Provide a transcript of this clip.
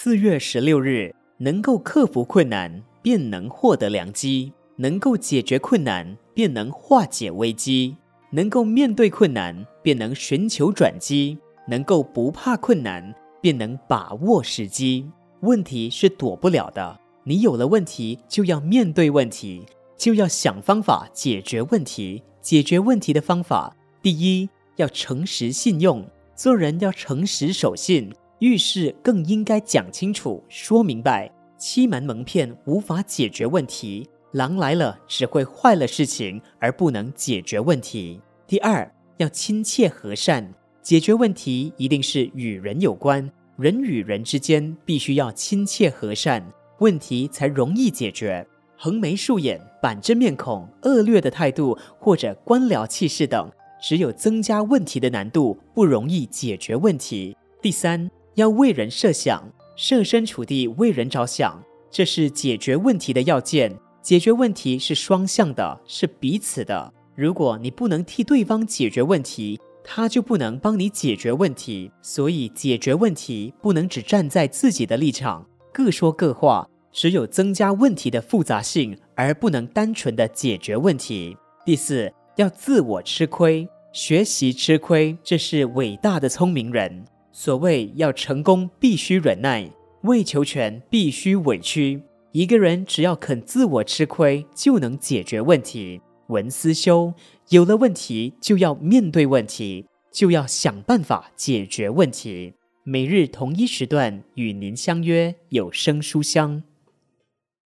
4月16日，能够克服困难，便能获得良机；能够解决困难，便能化解危机；能够面对困难，便能寻求转机；能够不怕困难，便能把握时机。问题是躲不了的，你有了问题，就要面对问题，就要想方法解决问题。解决问题的方法，第一，要诚实信用，做人要诚实守信，遇事更应该讲清楚说明白。欺瞒蒙骗无法解决问题，狼来了只会坏了事情，而不能解决问题。第二，要亲切和善，解决问题一定是与人有关，人与人之间必须要亲切和善，问题才容易解决。横眉竖眼、板正面孔、恶劣的态度或者官僚气势等，只有增加问题的难度，不容易解决问题。第三，要为人设想，设身处地为人着想，这是解决问题的要件。解决问题是双向的，是彼此的。如果你不能替对方解决问题，他就不能帮你解决问题。所以解决问题不能只站在自己的立场，各说各话，只有增加问题的复杂性，而不能单纯的解决问题。第四，要自我吃亏，学习吃亏，这是伟大的聪明人。所谓要成功必须忍耐，为求全必须委屈。一个人只要肯自我吃亏，就能解决问题。文思修，有了问题就要面对问题，就要想办法解决问题。每日同一时段与您相约有声书香。